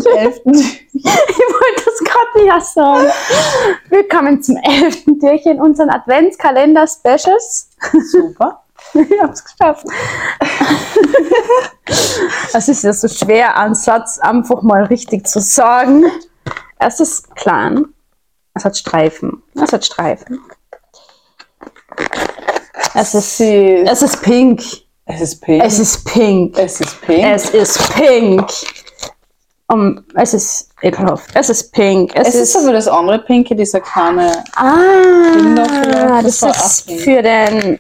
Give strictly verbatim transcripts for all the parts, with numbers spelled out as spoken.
zum elften Ich wollte das gerade nicht sagen. Willkommen zum elften Türchen, unseren Adventskalender-Specials. Super. Ich hab's geschafft. Es ist ja so schwer, einen Satz einfach mal richtig zu sagen. Es ist klein. Es hat Streifen. Es hat Streifen. Es ist, es ist pink. Es ist pink. Es ist pink. Es ist pink. Es ist pink. Um, es ist ekelhaft. Es ist pink. Es, es ist, ist aber das andere Pinke, dieser kleine. Ah, das, das ist für den.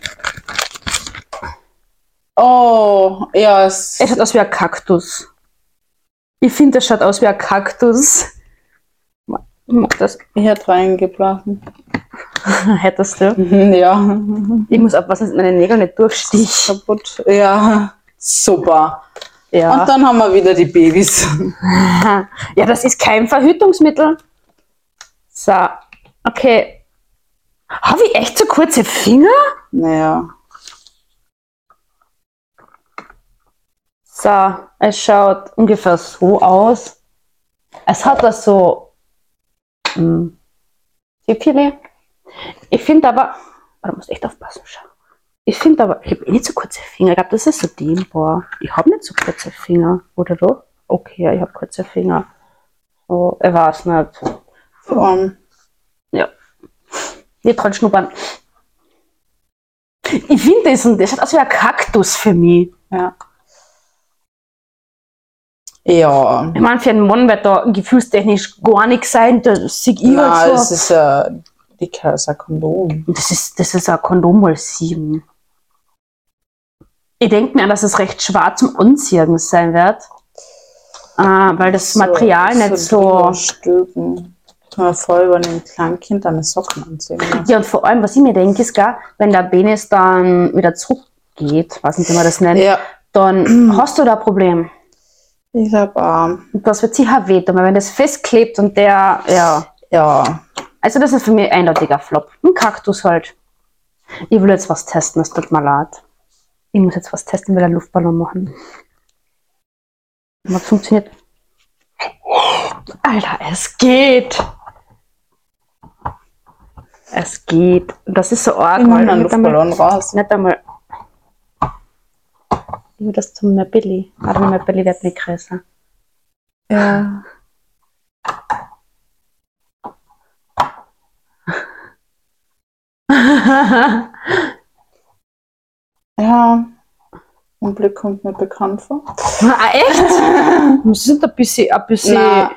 Oh, ja. Es, es schaut aus wie ein Kaktus. Ich finde, das schaut aus wie ein Kaktus. Ich mag das. Ich hätte reingeblasen. Hättest du? Ja. Ich muss aufpassen, dass meine Nägel nicht durchstichen. Kaputt. Ja, super. Ja. Und dann haben wir wieder die Babys. Ja, das ist kein Verhütungsmittel. So, okay. Habe ich echt so kurze Finger? Naja. So, es schaut ungefähr so aus. Es hat das so. Hm, ich finde aber. Oh, du musst echt aufpassen, schau. Ich finde aber, ich habe eh nicht so kurze Finger. Ich glaube, das ist so dehnbar. Ich habe nicht so kurze Finger, oder doch? Okay, ich habe kurze Finger. Oh, ich weiß nicht. Um. Ja. Nicht dran schnuppern. Ich finde das, das schaut aus wie ein Kaktus für mich. Ja. Ja. Ich meine, für einen Mann wird da gefühlstechnisch gar nichts sein. Das sehe ich Nein, halt so. das ist ein dickes Kondom. Das ist, das ist ein Kondom mal sieben. Ich denke mir, dass es recht schwer zum Anziehen sein wird. Äh, weil das so, Material nicht so. Stülpen. Kann man voll über einem Kleinkind deine Socken anziehen. Ja, und vor allem, was ich mir denke, ist gar, wenn der Penis dann wieder zurückgeht, weiß nicht, wie man das nennt, ja. dann hast du da ein Problem. Ich glaube auch. Und das wird sicher wehtun, weil wenn das festklebt und der, ja. Ja. Also das ist für mich ein eindeutiger Flop. Ein Kaktus halt. Ich will jetzt was testen, das tut mir leid. Ich muss jetzt was testen, will einen Luftballon machen. Was funktioniert? Alter, es geht! Es geht. Das ist so arg. Ich mache einen Luftballon raus. Nicht einmal. Ich will das zum Möppeli. Aber mein Möppeli wird nicht größer. Ja. Ja. Ein Blick kommt mir bekannt vor. Ah, echt? Wir sind ein bisschen. Ein bisschen Na,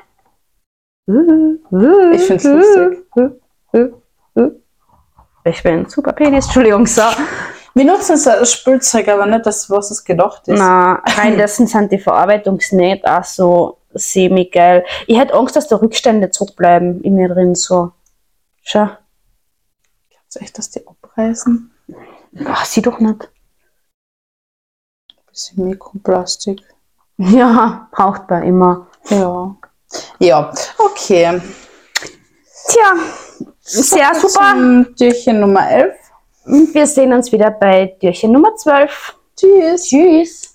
ich finde es lustig. Ich bin ein super Penis. Entschuldigung, so. Wir nutzen es als Spielzeug, aber nicht das, was es gedacht ist. Na, währenddessen sind die Verarbeitungsnähte auch so semi-geil. Ich hätte Angst, dass da Rückstände zurückbleiben in mir drin. So. Schau. Glaubst du echt, dass die abreißen? Ach, sie doch nicht. Ein bisschen Mikroplastik. Ja, braucht man immer. Ja. Ja, okay. Tja, sehr So, super. zum Türchen Nummer elf. Und wir sehen uns wieder bei Türchen Nummer zwölf. Tschüss. Tschüss.